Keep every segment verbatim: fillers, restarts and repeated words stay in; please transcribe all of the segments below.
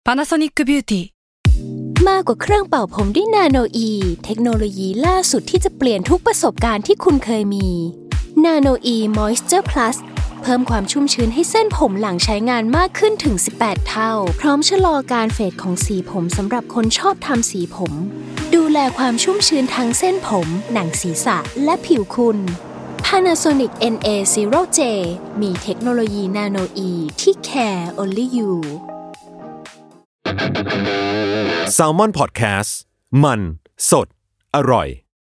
Panasonic Beauty มากกว่าเครื่องเป่าผมด้วยนาโนอีเทคโนโลยีล่าสุดที่จะเปลี่ยนทุกประสบการณ์ที่คุณเคยมีนาโนอีมอยส์เจอร์พลัสเพิ่มความชุ่มชื้นให้เส้นผมหลังใช้งานมากขึ้นถึงสิบแปดเท่าพร้อมชะลอการเฟดของสีผมสำหรับคนชอบทำสีผมดูแลความชุ่มชื้นทั้งเส้นผมหนังศีรษะและผิวคุณ Panasonic เอ็น เอ ศูนย์ เจ มีเทคโนโลยีนาโนอีที่ care only you Salmon Podcast มันสดอร่อย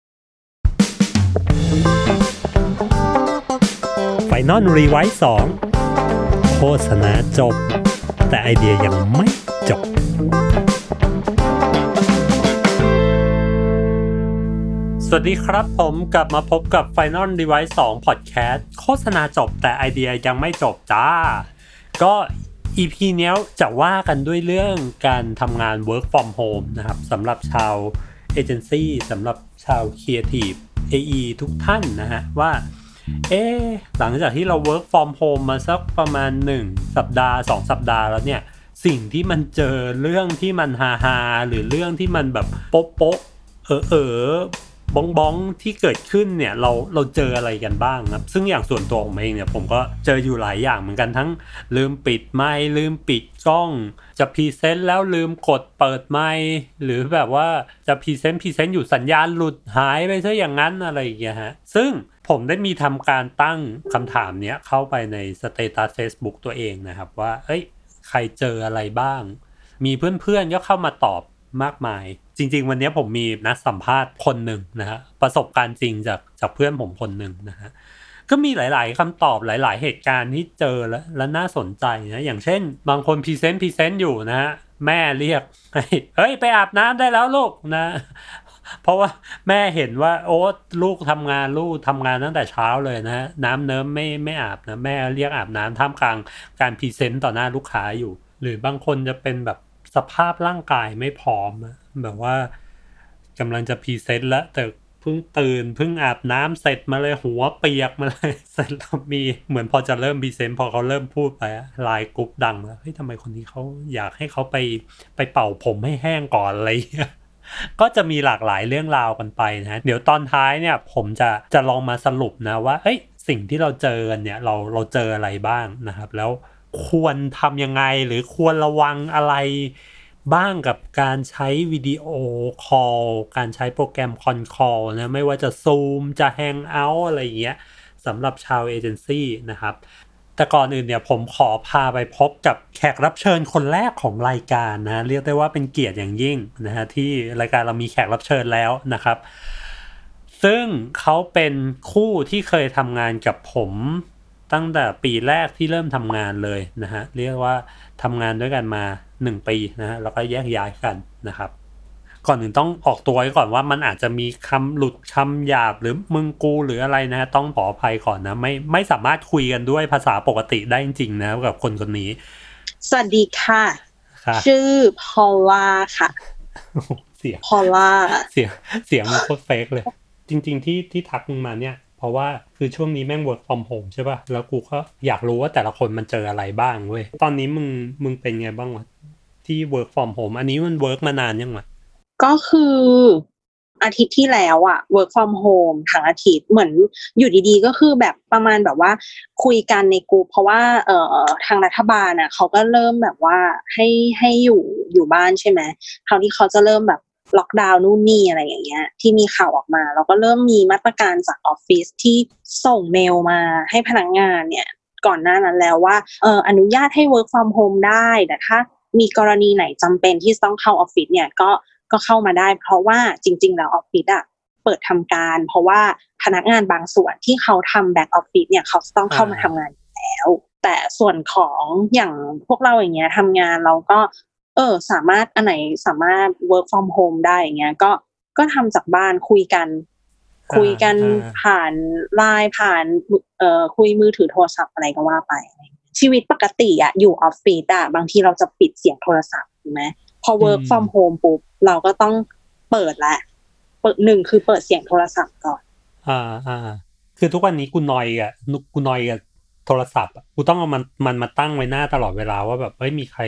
Final Rewind สองโฆษณาจบแต่ไอเดียยังไม่จบสวัสดีครับผมกลับมาพบกับ Final Rewind สอง Podcast โฆษณาจบแต่ไอเดียยังไม่จบจ้าก็อี พี เนี้ยจะว่ากันด้วยเรื่องการทำงาน work from home นะครับสำหรับชาวเอเจนซี่สำหรับชาว creative เอ อี ทุกท่านนะฮะว่าเอ๊ะหลังจากที่เรา work from home มาสักประมาณหนึ่งสัปดาห์สองสัปดาห์แล้วเนี่ยสิ่งที่มันเจอเรื่องที่มันฮาๆหรือเรื่องที่มันแบบโป๊ะๆเออเออบ้องบ้องที่เกิดขึ้นเนี่ยเราเราเจออะไรกันบ้างครับซึ่งอย่างส่วนตัวผมเองเนี่ยผมก็เจออยู่หลายอย่างเหมือนกันทั้งลืมปิดไมค์ลืมปิดกล้องจะพรีเซนต์แล้วลืมกดเปิดไมค์หรือแบบว่าจะพรีเซนต์พรีเซนต์อยู่สัญญาณหลุดหายไปซะอย่างนั้นอะไรอย่างเงี้ยฮะซึ่งผมได้มีทำการตั้งคำถามเนี้ยเข้าไปในสเตตัส Facebook ตัวเองนะครับว่าเอ้ยใครเจออะไรบ้างมีเพื่อนๆก็เข้ามาตอบมากมายจริงๆวันนี้ผมมีนัดสัมภาษณ์คนหนึ่งนะฮะประสบการณ์จริงจากจากเพื่อนผมคนหนึ่งนะฮะก็มีหลายๆคำตอบหลายๆเหตุการณ์ที่เจอแล้วและน่าสนใจนะอย่างเช่นบางคนพรีเซนต์พรีเซนต์อยู่นะฮะแม่เรียกเฮ้ยไปอาบน้ำได้แล้วลูกนะเพราะว่าแม่เห็นว่าโอ้ลูกทำงานลูกทำงานตั้งแต่เช้าเลยนะฮะน้ำเนิ้มไม่ไม่อาบนะแม่เรียกอาบน้ำท่ามกลางการพรีเซนต์ต่อหน้าลูกค้าอยู่หรือบางคนจะเป็นแบบสภาพร่างกายไม่พร้อมแบบว่ากำลังจะพรีเซนต์แล้วแต่เพิ่งตื่นเพิ่งอาบน้ำเสร็จมาเลยหัวเปียกมาเลยเสร็จแล้วมีเหมือนพอจะเริ่มพรีเซนต์พอเขาเริ่มพูดไปไลน์กรุ๊ปดังแล้วเฮ้ยทำไมคนนี้เขาอยากให้เขาไปไปเป่าผมให้แห้งก่อนอะไรอย่างเงี้ยก็จะมีหลากหลายเรื่องราวกันไปนะเดี๋ยวตอนท้ายเนี่ยผมจะจะลองมาสรุปนะว่าเอ้ยสิ่งที่เราเจอกันเนี่ยเราเราเจออะไรบ้างนะครับแล้วควรทำยังไงหรือควรระวังอะไรบ้างกับการใช้วิดีโอคอลการใช้โปรแกรมคอนคอลนะไม่ว่าจะ Zoom จะ Hangout อะไรอย่างเงี้ยสำหรับชาวเอเจนซี่นะครับแต่ก่อนอื่นเนี่ยผมขอพาไปพบกับแขกรับเชิญคนแรกของรายการนะเรียกได้ว่าเป็นเกียรติอย่างยิ่งนะฮะที่รายการเรามีแขกรับเชิญแล้วนะครับซึ่งเขาเป็นคู่ที่เคยทำงานกับผมตั้งแต่ปีแรกที่เริ่มทำงานเลยนะฮะเรียกว่าทำงานด้วยกันมาหนึ่งปีนะฮะแล้วก็แยกย้ายกันนะครับก่อนอื่นต้องออกตัวไว้ก่อนว่ามันอาจจะมีคำหลุดคำหยาบหรือมึงกูหรืออะไรนะฮะต้องขออภัยก่อนนะไม่ไม่สามารถคุยกันด้วยภาษาปกติได้จริงๆนะกับคนคนนี้สวัสดีค่ะชื่อพอลล่าค่ะเสียงพอลล่าเสียงเสียงมันโคตรเฟกเลยจริงๆที่ที่ทักมึงมาเนี่ยเพราะว่าคือช่วงนี้แม่ง work from home ใช่ป่ะแล้วกูก็อยากรู้ว่าแต่ละคนมันเจออะไรบ้างเว้ยตอนนี้มึงมึงเป็นไงบ้างวะที่ work from home อันนี้มัน work มานานยังวะก็คืออาทิตย์ที่แล้วอะ work from home ทั้งอาทิตย์เหมือนอยู่ดีๆก็คือแบบประมาณแบบว่าคุยกันในกลุ่มเพราะว่าเอ่อทางรัฐบาลน่ะเขาก็เริ่มแบบว่าให้ให้อยู่อยู่บ้านใช่ไหมคราวนี้เขาจะเริ่มแบบล็อกดาวน์นู่นนี่อะไรอย่างเงี้ยที่มีข่าวออกมาแล้วก็เริ่มมีมาตรการจากออฟฟิศที่ส่งเมลมาให้พนักงานเนี่ยก่อนหน้านั้นแล้วว่าเอ่ออนุญาตให้ work from home ได้แต่ถ้ามีกรณีไหนจำเป็นที่ต้องเข้าออฟฟิศเนี่ยก็ก็เข้ามาได้เพราะว่าจริงๆแล้วออฟฟิศอ่ะเปิดทำการเพราะว่าพนักงานบางส่วนที่เขาทำแบ็คออฟฟิศเนี่ยเขาต้องเข้ามาทำงานแล้วแต่ส่วนของอย่างพวกเราอย่างเงี้ยทำงานเราก็เออสามารถอันไหนสามารถ work from home ได้อย่างเงี้ยก็ก็ทำจากบ้านคุยกันคุยกันผ่านไลน์ผ่านเอ่อคุยมือถือโทรศัพท์อะไรก็ว่าไปชีวิตปกติอ่ะอยู่ออฟฟิศอ่ะบางทีเราจะปิดเสียงโทรศัพท์ถูกไหมพอ work from home ปุ๊บเราก็ต้องเปิดละเปิดหนึ่งคือเปิดเสียงโทรศัพท์ก่อนอ่าอ่าคือทุกวันนี้กูนอยอ่ะกูนอยกับโทรศัพท์กูต้องเอามันมันมาตั้งไว้หน้าตลอดเวลาว่าแบบเฮ้ยมีใคร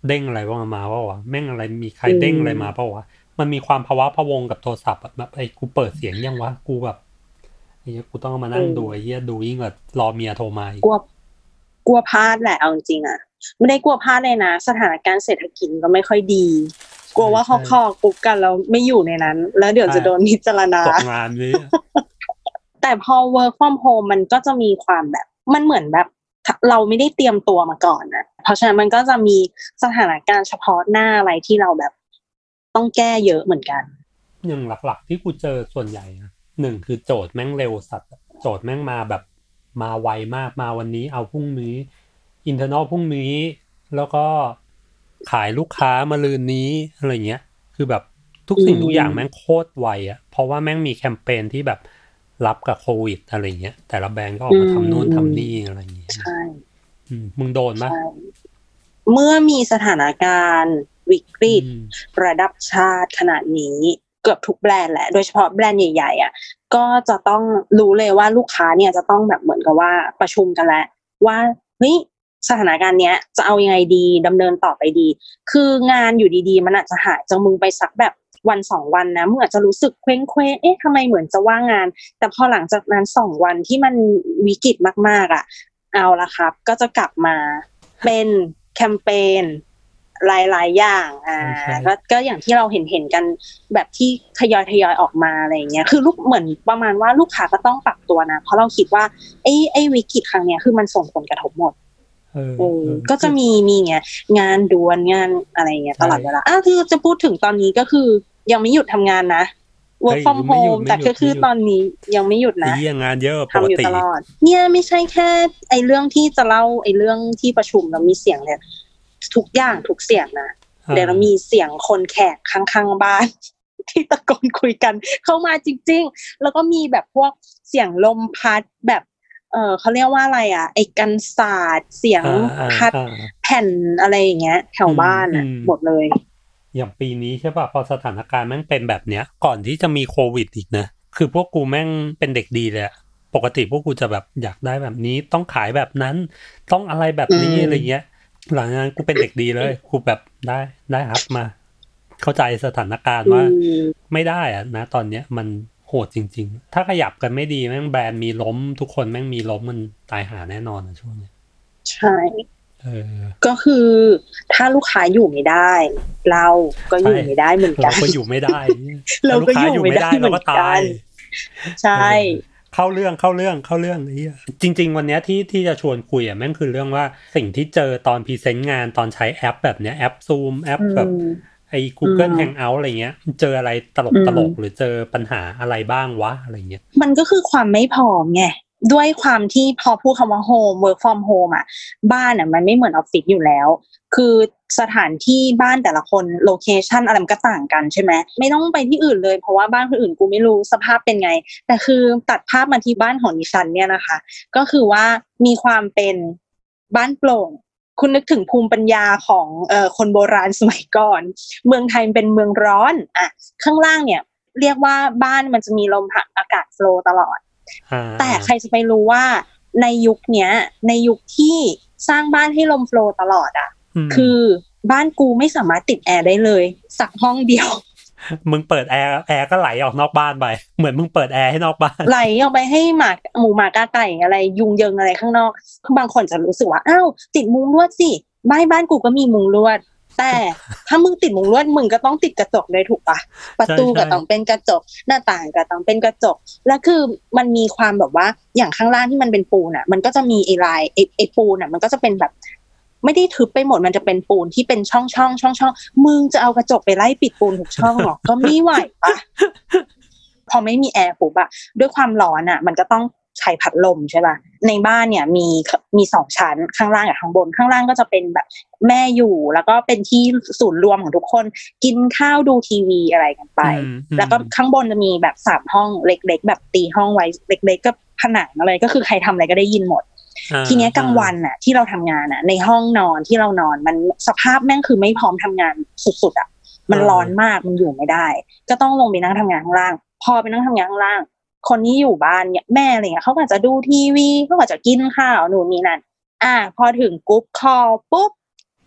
เด้งอะไรว่ามาว่าวะแม่งอะไรมีใครเด้งอะไรมาเปล่าวะมันมีความภาวะพะวงกับโทรศัพท์แบบไอ้กูเปิดเสียงยังวะกูแบบไอ้เหี้ยกูต้องมานั่งดูไอ้เหี้ยดูยิ่งกว่ารอเมียโทรมากลัวกลัวพลาดแหละเอาจริงๆอ่ะไม่ได้กลัวพลาดเลยนะสถานการณ์เศรษฐกิจก็ไม่ค่อยดีกลัวว่าเขาคอกรุ๊ปกันแล้วไม่อยู่ในนั้นแล้วเดี๋ยวจะโดนพิจารณาตกงานเลยแต่พอ work from home มันก็จะมีความแบบมันเหมือนแบบเราไม่ได้เตรียมตัวมาก่อนนะเพราะฉะนั้นมันก็จะมีสถานการณ์เฉพาะหน้าอะไรที่เราแบบต้องแก้เยอะเหมือนกันอย่างหลักๆที่กูเจอส่วนใหญ่นะหนึ่งคือโจทย์แม่งเร็วสัตว์โจทย์แม่งมาแบบมาไวมากมาวันนี้เอาพรุ่งนี้ internal พรุ่งนี้แล้วก็ขายลูกค้ามาลืนนี้อะไรเงี้ยคือแบบทุกสิ่งทุกอย่างแม่งโคตรไวอ่ะเพราะว่าแม่งมีแคมเปญที่แบบรับกับโควิดอะไรเงี้ยแต่ละแบรนด์ก็ออกมาทำโน่นทำนี่อะไรอย่างเงี้ยใช่มึงโดนมั้ยเมื่อมีสถานการณ์วิกฤตระดับชาติขนาดนี้เกือบทุกแบรนด์แหละโดยเฉพาะแบรนด์ใหญ่ๆอ่ะก็จะต้องรู้เลยว่าลูกค้าเนี่ยจะต้องแบบเหมือนกับว่าประชุมกันแล้วว่าเฮ้ยสถานการณ์เนี้ยจะเอายังไงดีดำเนินต่อไปดีคืองานอยู่ดีๆมันอาจจะหายจากมึงไปสักแบบวันสองวันนะมึงอาจจะรู้สึกเคว้งเคว้งเอ๊ะทำไมเหมือนจะว่างงานแต่พอหลังจากนั้นสองวันที่มันวิกฤตมากๆอ่ะเอาละครับก็จะกลับมาเป็นแคมเปญหลายๆอย่างอ่าก็ก็อย่างที่เราเห็นเห็นกันแบบที่ทยอยทยอยออกมาอะไรอย่างเงี้ยคือลูกเหมือนประมาณว่าลูกค้าก็ต้องปรับตัวนะเพราะเราคิดว่าไอ้ไอ้วิกฤตครั้งเนี้ยคือมันส่งผลกระทบหมดเออก็จะมีมีเงี้ยงานด่วนงานอะไรเงี้ยตลอดเวลาอ้าวคือจะพูดถึงตอนนี้ก็คือยังไม่หยุดทำงานนะ work from home แต่ก็คือตอนนี้ยังไม่หยุดนะงานเยอะปกติทำอยู่ตลอดเนี่ยไม่ใช่แค่ไอ้เรื่องที่จะเล่าไอ้เรื่องที่ประชุมแล้วมีเสียงเนี่ยทุกอย่างทุกเสียงนะเดี๋ยวเรามีเสียงคนแขกข้างๆบ้านที่ตะโกนคุยกันเข้ามาจริงๆแล้วก็มีแบบพวกเสียงลมพัดแบบเออเขาเรียกว่าอะไรอ่ะไอ้กันศาสตร์เสียงพัดแผ่นอะไรอย่างเงี้ยแถวบ้านอ่ะหมดเลยอย่างปีนี้ใช่ป่ะพอสถานการณ์แม่งเป็นแบบเนี้ยก่อนที่จะมีโควิดอีกนะคือพวกกูแม่งเป็นเด็กดีเลยปกติพวกกูจะแบบอยากได้แบบนี้ต้องขายแบบนั้นต้องอะไรแบบนี้อะไรเงี้ยหลังจากนั้นกูเป็นเด็กดีเลยกูแบบได้ได้ครับมาเข้าใจสถานการณ์ว่าไม่ได้อะนะตอนเนี้ยมันโหดจริงๆถ้าขยับกันไม่ดีแม่งแบรนด์มีล้มทุกคนแม่งมีล้มมันตายหาแน่นอนนะช่วงนี้ใช่ก็คือถ้าลูกค้าอยู่ไม่ได้เราก็อยู่ไม่ได้เหมือนกันเราก็อยู่ไม่ได้เราก็อยู่ไม่ได้เราก็ตายใช่เข้าเรื่องเข้าเรื่องเข้าเรื่องนี้จริงๆวันนี้ที่ที่จะชวนคุยอ่ะแม่งคือเรื่องว่าสิ่งที่เจอตอนพรีเซนต์งานตอนใช้แอปแบบเนี้ยแอป Zoom แอปแบบไอ้ Google Hangout อะไรเงี้ยเจออะไรตลกตลกหรือเจอปัญหาอะไรบ้างวะอะไรเงี้ยมันก็คือความไม่พร้อมไงด้วยความที่พอพูดคำว่า home work from home อ่ะบ้านอ่ะมันไม่เหมือนออฟฟิศอยู่แล้วคือสถานที่บ้านแต่ละคนโลเคชั่นอะไรมันก็ต่างกันใช่ไหมไม่ต้องไปที่อื่นเลยเพราะว่าบ้านคนอื่นกูไม่รู้สภาพเป็นไงแต่คือตัดภาพมาที่บ้านของดิฉันเนี่ยนะคะก็คือว่ามีความเป็นบ้านโปร่งคุณนึกถึงภูมิปัญญาของเอ่อคนโบราณสมัยก่อนเมืองไทยเป็นเมืองร้อนอ่ะข้างล่างเนี่ยเรียกว่าบ้านมันจะมีลมอากาศโฟลว์ตลอดแต่ใครจะไปรู้ว่าในยุคเนี้ยในยุคที่สร้างบ้านให้ลมโฟลว์ตลอดอ่ะคือบ้านกูไม่สามารถติดแอร์ได้เลยสักห้องเดียวมึงเปิดแอร์แอร์ก็ไหลออกนอกบ้านไปเหมือนมึงเปิดแอร์ให้นอกบ้านไหลออกไปให้หมาหมูหมากาไก่อะไรยุงเยิงอะไรข้างนอกบางคนจะรู้สึกว่าอ้าวติดมุ้งลวดสิบ้านบ้านกูก็มีมุ้งลวดแต่ถ้ามึงติดมุ้งลวดมึงก็ต้องติดกระจกเลยถูกปะประตูก็ต้องเป็นกระจกหน้าต่างก็ต้องเป็นกระจกแล้วคือมันมีความแบบว่าอย่างข้างล่างที่มันเป็นปูนอ่ะมันก็จะมีไอ้ลายไอ้ไอ้ปูนอ่ะมันก็จะเป็นแบบไม่ได้ทึบไปหมดมันจะเป็นปูนที่เป็นช่องช่องช่องช่องมึงจะเอากระจกไปไล่ปิดปูนทุกช่องหรอก็ไม่ไหวปะพอไม่มีแอร์ปุ๊บอะด้วยความร้อนอะมันก็ต้องใช้พัดลมใช่ป่ะในบ้านเนี่ยมีมีสองชั้นข้างล่างกับข้างบนข้างล่างก็จะเป็นแบบแม่อยู่แล้วก็เป็นที่ศูนย์รวมของทุกคนกินข้าวดูทีวีอะไรกันไปแล้วก็ข้างบนจะมีแบบสามห้องเล็กๆแบบตีห้องไว้เล็กๆก็ผนังอะไรก็คือใครทำอะไรก็ได้ยินหมดทีนี้กลางวันน่ะที่เราทำงานน่ะในห้องนอนที่เรานอนมันสภาพแม่งคือไม่พร้อมทำงานสุดๆอ่ะมันร้อนมากมันอยู่ไม่ได้ก็ต้องลงไปนั่งทำงานข้างล่างพอไปนั่งทำงานข้างล่างคนนี้อยู่บ้านเนี่ยแม่อะไรเงี้ยเขาก็จะดูทีวีเขาก็จะกินข้าวนู่นนี่นั่นอ่ะพอถึงกรุ๊ปคอลปุ๊บกู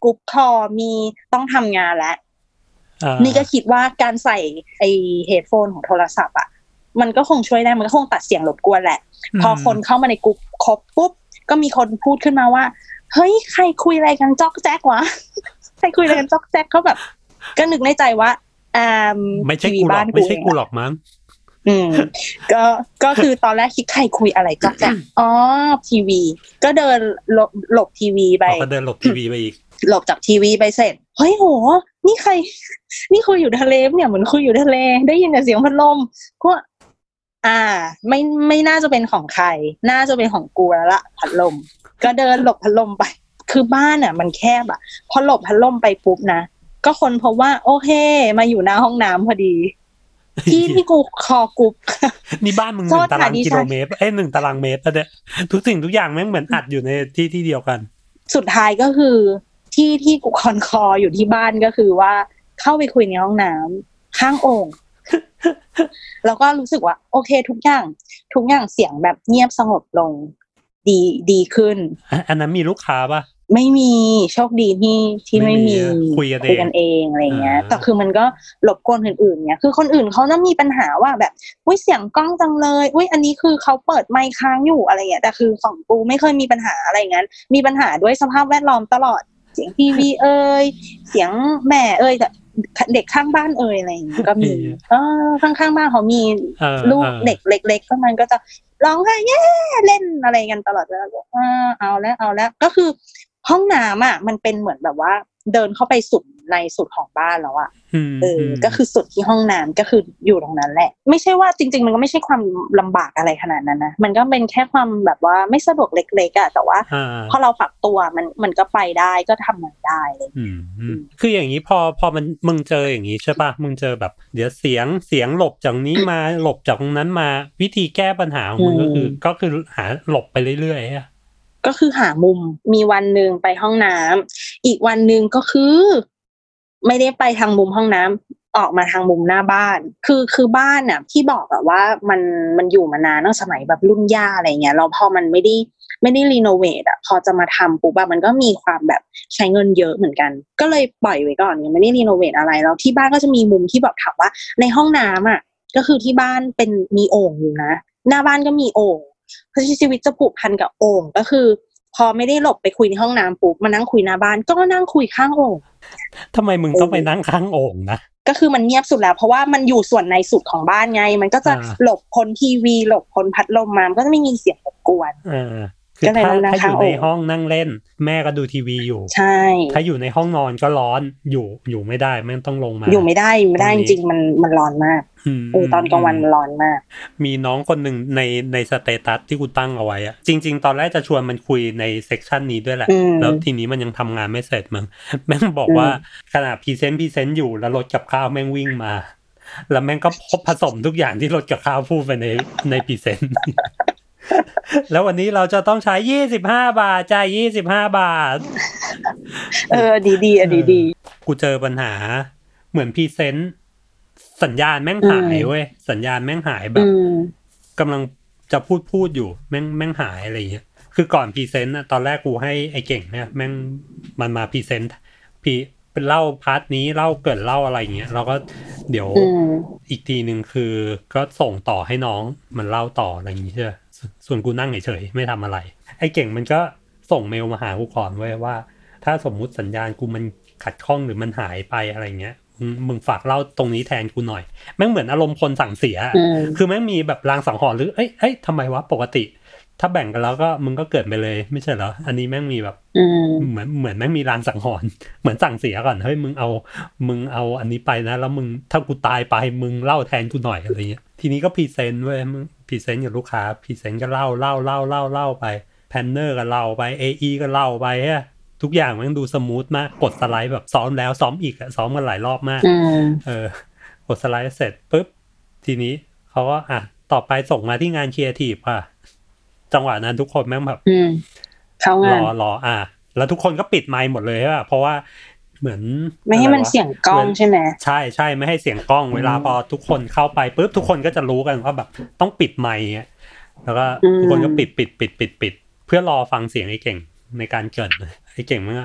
รุ๊ปคอลมีต้องทำงานแล้วนี่ก็คิดว่าการใส่ไอ้เฮดโฟนของโทรศัพท์อ่ะมันก็คงช่วยได้มันก็คงตัดเสียงรบกวนแหละพอคนเข้ามาในกลุ่มครบปุ๊บก็มีคนพูดขึ้นมาว่าเฮ้ยใครคุยอะไรกันจ๊อกแจ๊กวะใครคุยอะไรกันจ๊อกแจ๊กเขาแบบก็นึกในใจว่าอ่าไม่ใช่กูหรอกไม่ใช่กูหรอกมั้งอืมก็ก็คือตอนแรกคิดใครคุยอะไรจ๊อกแจ๊กอ๋อทีวีก็เดินหลบหลบทีวีไปก็เดินหลบทีวีไปอีกหลบจากทีวีไปเสร็จเฮ้ยโหนี่ใครนี่คุยอยู่ทะเลเนี่ยเหมือนคุยอยู่ทะเลได้ยินแต่เสียงพัดลมก็อ่าไม่ไม่น่าจะเป็นของใครน่าจะเป็นของกูแล้วล่ะพัดลมก็เดินหลบพัดลมไปคือบ้านอ่ะมันแคบอ่ะพอหลบพัดลมไปปุ๊บนะก็คนพบว่าโอเคมาอยู่หน้าห้องน้ำพอดีที่ที่กูคอกุบนี่บ้านมึงหนึ่งตารางกิโลเมตรเอ้ยหนึ่งตารางเมตรเนี่ยทุกสิ่งทุกอย่างแม่งเหมือนอัดอยู่ในที่ที่เดียวกันสุดท้ายก็คือที่ที่กูคอนคออยู่ที่บ้านก็คือว่าเข้าไปคุยในห้องน้ำข้างโอ่งแล้วก็รู้สึกว่าโอเคทุกอย่างทุกอย่างเสียงแบบเงียบสงบลงดีดีขึ้นอันนั้นมีลูกค้าป่ะไม่มีโชคดีที่ที่ไม่มีคุยกันเองคุยกันเองอะไรเงี้ยแต่คือมันก็รบกวนคนอื่นเงี้ยคือคนอื่นเขาจะมีปัญหาว่าแบบอุ้ยเสียงกล้องจังเลยอุ้ยอันนี้คือเขาเปิดไมค์ค้างอยู่อะไรเงี้ยแต่คือฝั่งกูไม่เคยมีปัญหาอะไรงั้นมีปัญหาด้วยสภาพแวดล้อมตลอดเสียงทีวีเอ่ยเสียงแม่เอ่ยเด็กข้างบ้านเอ่ยอะไรอย่างเงี้ยก็มีเออข้างๆบ้านเขามีลูกเด็กเล็กๆก็มันก็จะร้องไห้แย่เล่นอะไรกันตลอดเวลาอ่าเอาแล้วเอาแล้วก็คือห้องน้ำอ่ะมันเป็นเหมือนแบบว่าเดินเข้าไปสุดในสุดของบ้านแล้วอ่ะเออก็คือสุดที่ห้องน้ำก็คืออยู่ตรงนั้นแหละไม่ใช่ว่าจริงๆมันก็ไม่ใช่ความลำบากอะไรขนาดนั้นนะมันก็เป็นแค่ความแบบว่าไม่สะดวกเล็กๆอ่ะแต่ว่าพอเราปรับตัวมันมันก็ไปได้ก็ทำงานได้เลยคืออย่างนี้พอพอมันมึงเจออย่างนี้ใช่ป่ะมึงเจอแบบเดี๋ยวเสียงเสียงหลบจากนี้มาหลบจากตรงนั้นมาวิธีแก้ปัญหาของมึงก็คือก็คือหาหลบไปเรื่อยๆอ่ะก็คือหามุมมีวันนึงไปห้องน้ำอีกวันนึงก็คือไม่ได้ไปทางมุมห้องน้ำออกมาทางมุมหน้าบ้านคือคือบ้านน่ะที่บอกอะว่ามันมันอยู่มานานตั้งสมัยแบบรุ่นย่าอะไรเงี้ยแล้วพอมันไม่ได้ไม่ได้รีโนเวทอะพอจะมาทำปุ๊บอะมันก็มีความแบบใช้เงินเยอะเหมือนกันก็เลยปล่อยไว้ก่อนยังไม่ได้รีโนเวทอะไรแล้วที่บ้านก็จะมีมุมที่แบบถามว่าในห้องน้ำอะก็คือที่บ้านเป็นมีโอ่งอยู่นะหน้าบ้านก็มีโอ่งเพราะชีวิตจะผูกพันกับโอ่งก็คือพอไม่ได้หลบไปคุยในห้องน้ำปุ๊บมานั่งคุยหน้าบ้านก็นั่งคุยข้างโอ่งทำไมมึงต้องไปนั่งข้างโอ่งนะก็คือมันเงียบสุดแล้วเพราะว่ามันอยู่ส่วนในสุดของบ้านไงมันก็จะหลบพ้นทีวีหลบพ้นพัดลมมามันก็จะไม่มีเสียงรบกวนคือถ้าถ้าอยู่ในห้องนั่งเล่นแม่ก็ดูทีวีอยู่ใช่ถ้าอยู่ในห้องนอนก็ร้อนอยู่อยู่ไม่ได้แม่ต้องลงมาอยู่ไม่ได้ไม่ได้จริงๆมันมันร้อนมากเออตอนกลางวันมันร้อนมากมีน้องคนหนึ่งในในสเตตัสที่กูตั้งเอาไว้อะจริงๆตอนแรกจะชวนมันคุยในเซกชันนี้ด้วยแหละแล้วทีนี้มันยังทำงานไม่เสร็จมั้งแม่งบอกว่าขณะพรีเซนต์พรีเซนต์อยู่แล้วรถกับข้าวแม่งวิ่งมาแล้วแม่งก็ผสมทุกอย่างที่รถกับข้าวพูดไปในในพรีเซนต์แล้ววันนี้เราจะต้องใช้ยี่สิบห้าบาทจ่ายยี่สิบห้าบาทเออดีๆอ่ะดีๆกูเจอปัญหาเหมือนพรีเซนต์สัญญาณแม่งหายเว้ยสัญญาณแม่งหายแบบกำลังจะพูดพูดอยู่แม่งแม่งหายอะไรอย่างเงี้ยคือก่อนพรีเซนต์น่ะตอนแรกกูให้ไอ้เก่งเนี่ยแม่งมันมาพรีเซนต์พีเป็นเล่าพาร์ทนี้เล่าเกิดเล่าอะไรอย่างเงี้ยเราก็เดี๋ยวอีกทีนึงคือก็ส่งต่อให้น้องมันเล่าต่ออะไรอย่างเงี้ยส่วนกูนั่งเฉยๆไม่ทำอะไรไอ้เก่งมันก็ส่งเมลมาหากูก่อนไว้ว่าถ้าสมมุติสัญญาณกูมันขัดข้องหรือมันหายไปอะไรเงี้ยมึงฝากเล่าตรงนี้แทนกูหน่อยแม่งเหมือนอารมณ์คนสั่งเสียคือแม่งมีแบบรางสังหรณ์หรือเอ้ยเอ้ยทำไมวะปกติถ้าแบ่งกันแล้วก็มึงก็เกิดไปเลยไม่ใช่เหรออันนี้แม่งมีแบบเหมือนเหมือนแม่งมีรางสังหรณ์เหมือนสั่งเสียก่อนเฮ้ยมึงเอามึงเอาอันนี้ไปนะแล้วมึงถ้ากูตายไปมึงเล่าแทนกูหน่อยอะไรเงี้ยทีนี้ก็พรีเซนต์เว้ยมึงพรีเซนต์กับลูกค้าพรีเซนต์ก็เล่าเล่าเล่าเล่าเล่าไปแพนเนอร์ก็เล่าไป เอ อี ก็เล่าไปฮะทุกอย่างมันดูสมูทมากกดสไลด์แบบซ้อมแล้วซ้อมอีกอะซ้อมกันหลายรอบมากเออกดสไลด์เสร็จปุ๊บทีนี้เขาก็อ่ะต่อไปส่งมาที่งานครีเอทีฟค่ะจังหวะนั้นทุกคนแม่งแบบเข้างานรอรออ่ะแล้วทุกคนก็ปิดไมค์หมดเลยใช่ป่ะเพราะว่าเหมือนไม่ให้มันเสียงกล้องใช่ไหมใช่ใช่ไม่ให้เสียงกล้องเวลาพอทุกคนเข้าไปปุ๊บทุกคนก็จะรู้กันว่าแบบต้องปิดไมค์แล้วก็ทุกคนก็ปิดปิดปิดปิดปิดเพื่อรอฟังเสียงไอ้เก่งในการเกิดไอ้เก่งมันก็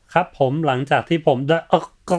ครับผมหลังจากที่ผมได้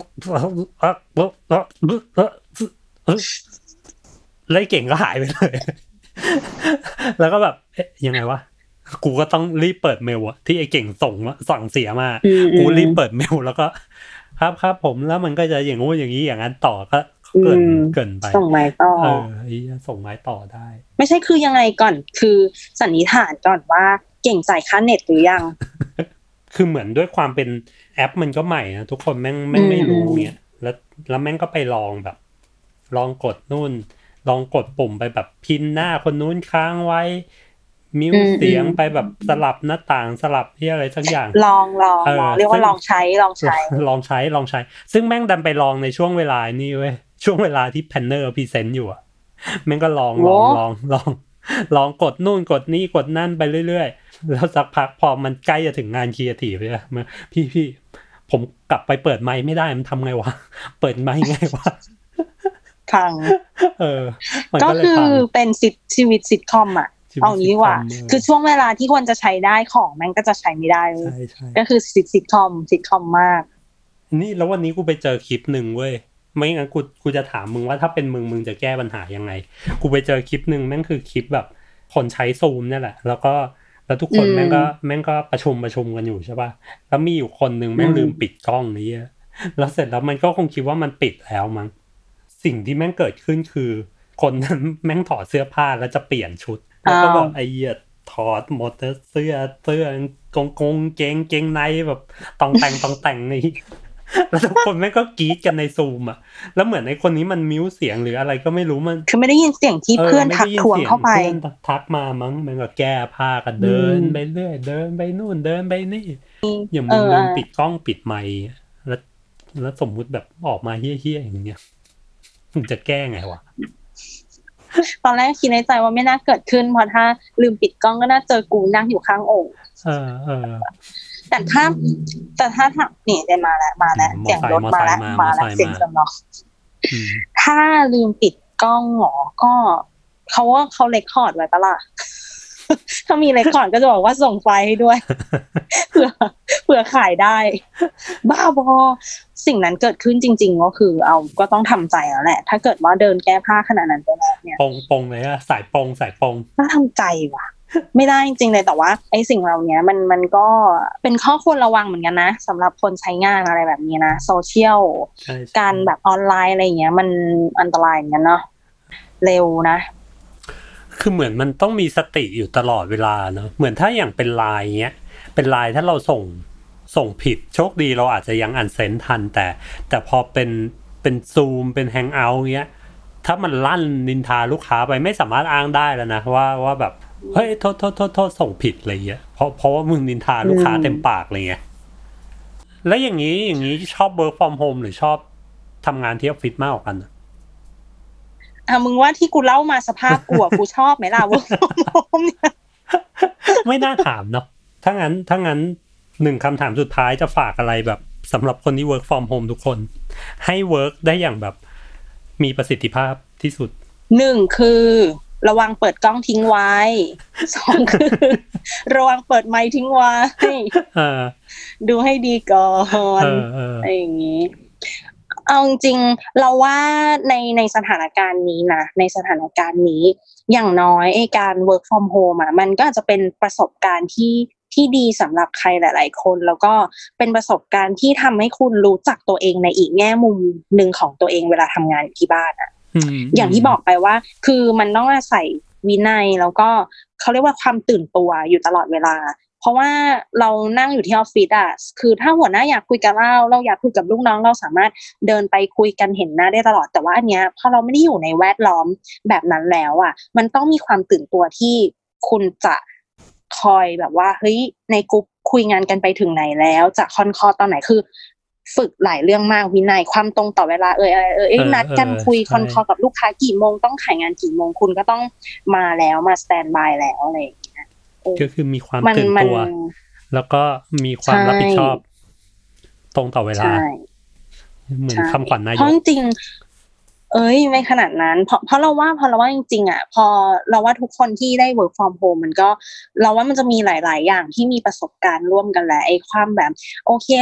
ไล่เก่งก็หายไปเลยแล้วก็แบบเอ๊ะยังไงวะกูก็ต้องรีบเปิดเมลอะที่ไอ้เก่งส่งสั่งเสียมากูรีบเปิดเมลแล้วก็ครับครับผมแล้วมันก็จะอย่างงู้อย่างนี้อย่างนั้นต่อก็เกินเกินไปส่งไม้ต่อเออไอ้ส่งไม้ต่อได้ไม่ใช่คือยังไงก่อนคือสันนิษฐานก่อนว่าเก่งจ่ายค่าเน็ตหรือยังคือเหมือนด้วยความเป็นแอปมันก็ใหม่นะทุกคนแม่งแม่งไม่รู้เงี้ยแล้วแล้วแม่งก็ไปลองแบบลองกดนู่นลองกดปุ่มไปแบบพินหน้าคนนู้นค้างไว้มิวเสียงไปแบบสลับหน้าต่างสลับที่อะไรสักอย่างลองลองเรียกว่าลองใช้ลองใช้ลองใช้ลองใช้ซึ่งแม่งดันไปลองในช่วงเวลานี่เว้ยช่วงเวลาที่แพนเนอร์พรีเซนต์อยู่อะแม่งก็ลองลองลองลองลองกดนู่นกดนี่กดนั่นไปเรื่อยๆแล้วสักพักพอมันใกล้จะถึงงานครีเอทีฟเนี่ยพี่พี่ผมกลับไปเปิดไมค์ไม่ได้มันทำไงวะเปิดไมค์ไงวะพังเออก็คือเป็นชีวิตซิทคอมอ่ะเอางี้ว่าคือช่วงเวลาที่ควรจะใช้ได้ของมันก็จะใช้ไม่ได้ก็คือซิทคอมซิทคอมมากนี่แล้ววันนี้กูไปเจอคลิปนึงเว้ยไม่งั้นกูกูจะถามมึงว่าถ้าเป็นมึงมึงจะแก้ปัญหายังไงกูไปเจอคลิปนึงแม่งคือคลิปแบบคนใช้ซูมนี่แหละแล้วก็แล้วทุกคนแม่งก็แม่งก็ประชุมประชุมกันอยู่ใช่ป่ะแล้วมีอยู่คนนึงแม่งลืมปิดกล้องนี้แล้วเสร็จแล้วมันก็คงคิดว่ามันปิดแล้วมั้งสิ่งที่แม่งเกิดขึ้นคือคนนั้นแม่งถอดเสื้อผ้าแล้วจะเปลี่ยนชุดแล้วก็แบบไอ้เหี้ยถอดหมดเสื้อเสื้อกงกงเกงเกงในแบบตองแต่งตองแต่งนี่แล้วทุกคนแม่งก็กรี๊ดกันในซูมอ่ะแล้วเหมือนไอ้คนนี้มันมิวเสียงหรืออะไรก็ไม่รู้มันคือไม่ได้ยินเสียงที่เพื่อนทักทวงเข้าไปเพื่อนทักมามั้งมันก็แก้ผ้ากันเดินไปเรื่อยเดินไปนู่นเดินไปนี่อย่างมึงลืมปิดกล้องปิดไมค์แล้วแล้วสมมุติแบบออกมาเหี้ยๆอย่างเงี้ยมึงจะแก้ไงวะตอนแรกคิดในใจว่าไม่น่าเกิดขึ้นเพราะถ้าลืมปิดกล้องก็น่าเจอกูนั่งอยู่ข้างโอ่งเออเออแต่ถ้าแต่ถ้าถ้านี่ได้มาแล้วมาแล้วเสียงรถมาแล้วมาแล้วเสียงสำรองถ้าลืมปิดกล้องหรอก็เขาว่าเขาเรคคอร์ดไว้ปะล่ะถ้ามีเรคคอร์ดก็จะบอกว่าส่งไฟล์ให้ด้วยเผื่อเผื่อขายได้บ้าบอสิ่งนั้นเกิดขึ้นจริงๆก็คือเอาก็ต้องทำใจแล้วแหละถ้าเกิดว่าเดินแก้ผ้าขนาดนั้นไปแล้วเนี่ยปงปงเลยอะสายปงสายปงน่าทำใจว่ะไม่ได้จริงๆเลยแต่ว่าไอ้สิ่งเหล่านี้มันมันก็เป็นข้อควรระวังเหมือนกันนะสำหรับคนใช้งานอะไรแบบนี้นะโซเชียลการแบบออนไลน์อะไรอย่างเงี้ยมันอันตรายเหมือนกันเนาะเร็วนะคือเหมือนมันต้องมีสติอยู่ตลอดเวลาเนาะเหมือนถ้าอย่างเป็นไลน์เงี้ยเป็นไลน์ถ้าเราส่งส่งผิดโชคดีเราอาจจะยังอันเซนทันแต่แต่พอเป็นเป็นซูมเป็นแฮงเอาท์เงี้ยถ้ามันลั่นนินทาลูกค้าไปไม่สามารถอ้างได้แล้วนะว่าว่าแบบเฮ้ยโทษโทษโทษโทษส่งผิดอะไรเงี้ยเพราะเพราะว่ามึงนินทาลูกค้าเต็มปากอะไรเงี้ยแล้วอย่างนี้อย่างนี้ชอบ work from home หรือชอบทำงานที่ออฟฟิศมากกว่ากันอ่ะมึงว่าที่กูเล่ามาสภาพกูอ่ะกูชอบไหมล่ะ work from home เนี่ยไม่น่าถามเนาะถ้างั้นถ้างั้นหนึ่งคำถามสุดท้ายจะฝากอะไรแบบสำหรับคนที่ work from home ทุกคนให้ work ได้อย่างแบบมีประสิทธิภาพที่สุดหนึ่งคือระวังเปิดกล้องทิ้งไว้สองคือระวังเปิดไมค์ทิ้งไว้ดูให้ดีก่อนอะไรอย่างนี้เอาจริงๆเราว่าในในสถานการณ์นี้นะในสถานการณ์นี้อย่างน้อยไอ้การ work from home อ่ะมันก็อาจจะเป็นประสบการณ์ที่ที่ดีสำหรับใครหลายๆคนแล้วก็เป็นประสบการณ์ที่ทำให้คุณรู้จักตัวเองในอีกแง่มุมนึงของตัวเองเวลาทำงานอยู่ที่บ้านอ่ะอย่างที่บอกไปว่าคือมันต้องอาศัยวินัยแล้วก็เขาเรียกว่าความตื่นตัวอยู่ตลอดเวลาเพราะว่าเรานั่งอยู่ที่ออฟฟิศอ่ะคือถ้าหัวหน้าอยากคุยกับเราเราอยากคุยกับลูกน้องเราสามารถเดินไปคุยกันเห็นหน้าได้ตลอดแต่ว่าอันเนี้ยพอเราไม่ได้อยู่ในแวดล้อมแบบนั้นแล้วอ่ะมันต้องมีความตื่นตัวที่คุณจะคอยแบบว่าเฮ้ยในกลุ่มคุยงานกันไปถึงไหนแล้วจะคอนคอตอนไหนคือฝึกหลายเรื่องมากวินัยความตรงต่อเวลาเออเออเออนัดกันคุยคอนคอกับลูกค้ากี่โมงต้องขายงานกี่โมงคุณก็ต้องมาแล้วมาสแตนด์บายแล้วอะไรอย่างเงี้ยก็คือมีความตื่นตัวแล้วก็มีความรับผิดชอบตรงต่อเวลาเหมือนคำขวัญนายกเพราะจริงเอ้ยไม่ขนาดนั้นเพราะเพราะเราว่าพอเราว่าจริงๆอ่ะพอเราว่าทุกคนที่ได้ work from home มันก็เราว่ามันจะมีหลายๆอย่างที่มีประสบการณ์ร่วมกันแหละไอ้ความแบบโอเค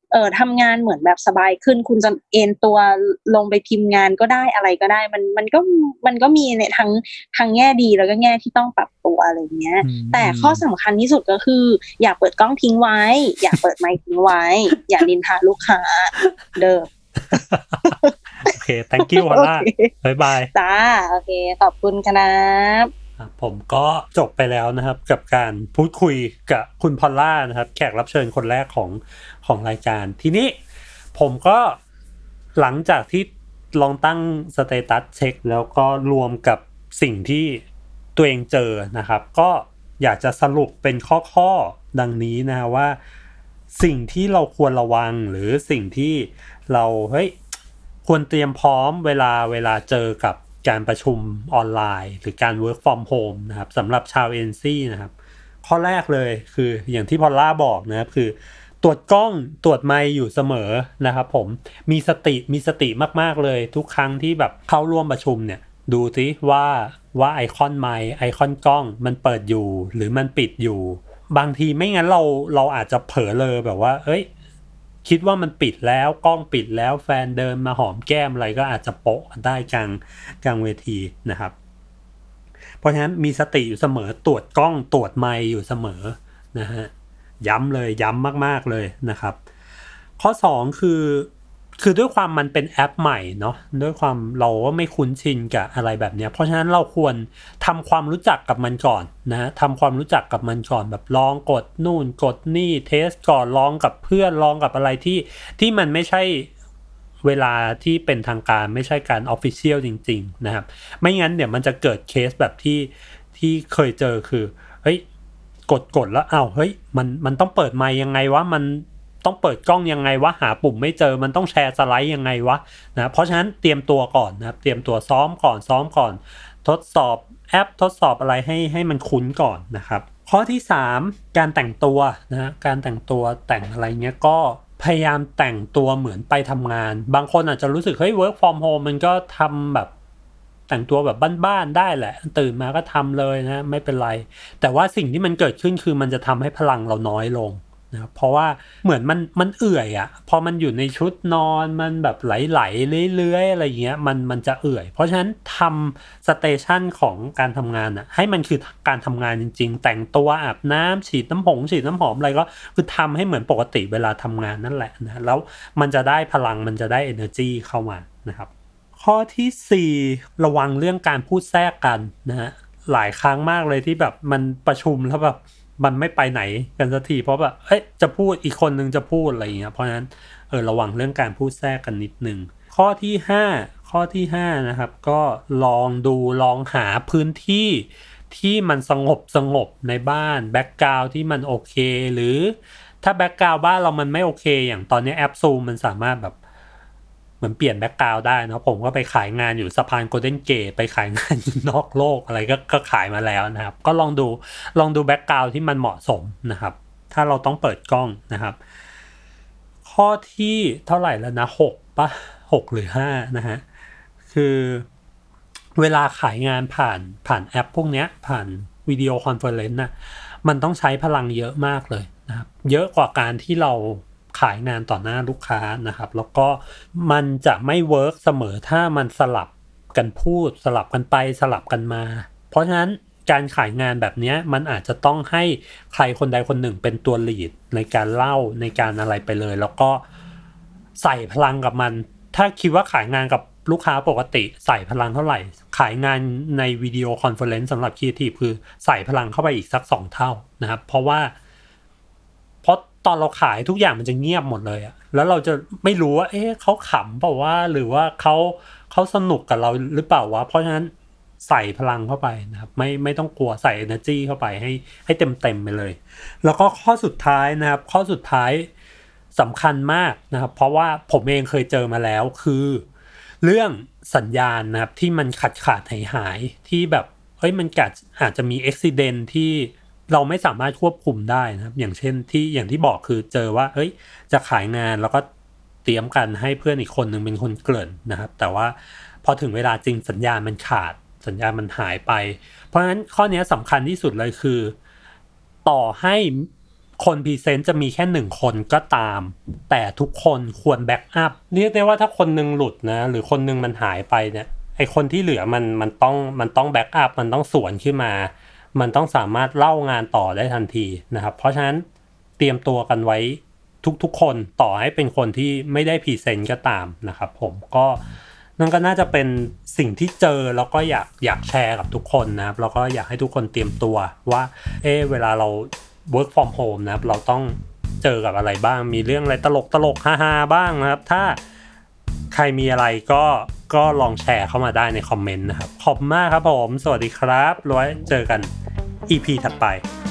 เอ่อทำงานเหมือนแบบสบายขึ้นคุณจะเอนตัวลงไปพิมพ์งานก็ได้อะไรก็ได้มันมันก็มันก็มีในทั้งทั้งแง่ดีแล้วก็แง่ที่ต้องปรับตัวอะไรเงี้ยแต่ข้อสำคัญที่สุดก็คืออย่าเปิดกล้องทิ้งไว้อย่าเปิดไมค์ทิ้งไว้อย่านินทาลูกค้าเด้อโอเค thank you พอลล่าบ๊ายบายจ้าโอเคขอบคุณครับผมก็จบไปแล้วนะครับกับการพูดคุยกับคุณพอลล่านะครับแขกรับเชิญคนแรกของของรายการทีนี้ผมก็หลังจากที่ลองตั้งสเตตัสเช็คแล้วก็รวมกับสิ่งที่ตัวเองเจอนะครับก็อยากจะสรุปเป็นข้อๆดังนี้นะว่าสิ่งที่เราควรระวังหรือสิ่งที่เราเฮ้ยควรเตรียมพร้อมเวลาเวลาเจอกับการประชุมออนไลน์หรือการ work from home นะครับสำหรับชาว เอ็น ซี นะครับข้อแรกเลยคืออย่างที่พอลล่าบอกนะครับคือตรวจกล้องตรวจไมค์อยู่เสมอนะครับผมมีสติมีสติมากๆเลยทุกครั้งที่แบบเข้าร่วมประชุมเนี่ยดูสิว่าว่าไอคอนไมค์ไอคอนกล้องมันเปิดอยู่หรือมันปิดอยู่บางทีไม่งั้นเราเราอาจจะเผลอเลยแบบว่าเอ้ยคิดว่ามันปิดแล้วกล้องปิดแล้วแฟนเดินมาหอมแก้มอะไรก็อาจจะโปะได้กลางกลางเวทีนะครับเพราะฉะนั้นมีสติอยู่เสมอตรวจกล้องตรวจไมค์อยู่เสมอนะฮะย้ำเลยย้ำมากๆเลยนะครับข้อสองคือคือด้วยความมันเป็นแอปใหม่เนาะด้วยความเราก็ไม่คุ้นชินกับอะไรแบบนี้เพราะฉะนั้นเราควรทำความรู้จักกับมันก่อนนะทำความรู้จักกับมันก่อนแบบลองกดนู่นกดนี่เทสก่อนลองกับเพื่อนลองกับอะไรที่ที่มันไม่ใช่เวลาที่เป็นทางการไม่ใช่การ official จริงๆนะครับไม่งั้นเดี๋ยวมันจะเกิดเคสแบบที่ที่เคยเจอคือเฮ้ยกดกดแล้วอ้าวเฮ้ยมันมันต้องเปิดไมค์ยังไงวะมันต้องเปิดกล้องยังไงวะหาปุ่มไม่เจอมันต้องแชร์สไลด์ยังไงวะนะเพราะฉะนั้นเตรียมตัวก่อนนะครับเตรียมตัวซ้อมก่อนซ้อมก่อนทดสอบแอปทดสอบอะไรให้ให้มันคุ้นก่อนนะครับข้อที่สามการแต่งตัวนะการแต่งตัวแต่งอะไรเงี้ยก็พยายามแต่งตัวเหมือนไปทำงานบางคนอาจจะรู้สึกเฮ้ย work from home มันก็ทำแบบแต่งตัวแบบบ้านๆได้แหละตื่นมาก็ทำเลยนะไม่เป็นไรแต่ว่าสิ่งที่มันเกิดขึ้นคือมันจะทำให้พลังเราน้อยลงนะเพราะว่าเหมือนมันมันเอื่อยอ่ะพอมันอยู่ในชุดนอนมันแบบไหลๆเลื้อยๆอะไรเงี้ยมันมันจะเอื่อยเพราะฉะนั้นทำสเตชันของการทำงานอ่ะให้มันคือการทำงานจริงๆแต่งตัวอาบน้ำฉีดน้ำผงฉีดน้ำหอมอะไรก็คือทำให้เหมือนปกติเวลาทำงานนั่นแหละนะแล้วมันจะได้พลังมันจะได้ energy เข้ามานะครับข้อที่สี่ระวังเรื่องการพูดแทรกกันนะฮะหลายครั้งมากเลยที่แบบมันประชุมแล้วแบบมันไม่ไปไหนกันสักทีเพราะแบบเอ้ยจะพูดอีกคนนึงจะพูดอะไรอย่างเงี้ยเพราะฉะนั้นเออระวังเรื่องการพูดแทรกกันนิดนึงข้อที่ห้าข้อที่ห้านะครับก็ลองดูลองหาพื้นที่ที่มันสงบสงบในบ้านแบ็คกราวด์ที่มันโอเคหรือถ้าแบ็คกราวด์บ้านเรามันไม่โอเคอย่างตอนนี้แอป Zoom มันสามารถแบบเหมือนเปลี่ยนแบ็คกราวด์ได้นะผมก็ไปขายงานอยู่สะพานโกลเด้นเกตไปขายงานอยู่นอกโลกอะไรก็ก็ขายมาแล้วนะครับก็ลองดูลองดูแบ็คกราวด์ที่มันเหมาะสมนะครับถ้าเราต้องเปิดกล้องนะครับข้อที่เท่าไหร่แล้วนะหกป่ะหกหรือห้านะฮะคือเวลาขายงานผ่านผ่านแอปพวกเนี้ยผ่านวิดีโอคอนเฟอเรนซ์น่ะมันต้องใช้พลังเยอะมากเลยนะครับเยอะกว่าการที่เราขายงานต่อหน้าลูกค้านะครับแล้วก็มันจะไม่เวิร์กเสมอถ้ามันสลับกันพูดสลับกันไปสลับกันมาเพราะฉะนั้นการขายงานแบบนี้มันอาจจะต้องให้ใครคนใดคนหนึ่งเป็นตัวลีดในการเล่าในการอะไรไปเลยแล้วก็ใส่พลังกับมันถ้าคิดว่าขายงานกับลูกค้าปกติใส่พลังเท่าไหร่ขายงานในวิดีโอคอนเฟอเรนซ์สำหรับครีเอทีฟคือใส่พลังเข้าไปอีกสักสองเท่านะครับเพราะว่าเพราะตอนเราขายทุกอย่างมันจะเงียบหมดเลยอะแล้วเราจะไม่รู้ว่าเอ๊ะเขาขำเปล่าว่าหรือว่าเขาเขาสนุกกับเราหรือเปล่าวะเพราะฉะนั้นใส่พลังเข้าไปนะครับไม่ไม่ต้องกลัวใส่ energy เข้าไปให้ให้เต็มเต็มไปเลยแล้วก็ข้อสุดท้ายนะครับข้อสุดท้ายสำคัญมากนะครับเพราะว่าผมเองเคยเจอมาแล้วคือเรื่องสัญญาณนะครับที่มันขาดขาดหายหายที่แบบเฮ้ยมันอาจอาจจะมีอุบัติเหตุที่เราไม่สามารถควบคุมได้นะครับอย่างเช่นที่อย่างที่บอกคือเจอว่าเอ้ยจะขายงานแล้วก็เตรียมกันให้เพื่อนอีกคนนึงเป็นคนเกริ่นนะครับแต่ว่าพอถึงเวลาจริงสัญญาณมันขาดสัญญาณมันหายไปเพราะฉะนั้นข้อนี้สำคัญที่สุดเลยคือต่อให้คนพรีเซนต์จะมีแค่หนึ่งคนก็ตามแต่ทุกคนควรแบ็กอัพเรียกได้ว่าถ้าคนนึงหลุดนะหรือคนนึงมันหายไปเนี่ยไอคนที่เหลือมันมันต้องมันต้องแบ็กอัพมันต้องสวนขึ้นมามันต้องสามารถเล่างานต่อได้ทันทีนะครับเพราะฉะนั้นเตรียมตัวกันไว้ทุกๆคนต่อให้เป็นคนที่ไม่ได้พรีเซนต์ก็ตามนะครับผมก็นั่นก็น่าจะเป็นสิ่งที่เจอแล้วก็อยากอยากแชร์กับทุกคนนะครับแล้วก็อยากให้ทุกคนเตรียมตัวว่าเออเวลาเรา work from home นะครับเราต้องเจอกับอะไรบ้างมีเรื่องอะไรตลกตลกฮาๆบ้างนะครับถ้าใครมีอะไรก็ก็ลองแชร์เข้ามาได้ในคอมเมนต์นะครับขอบคุณมากครับผมสวัสดีครับแล้วไว้เจอกัน อี พี ถัดไป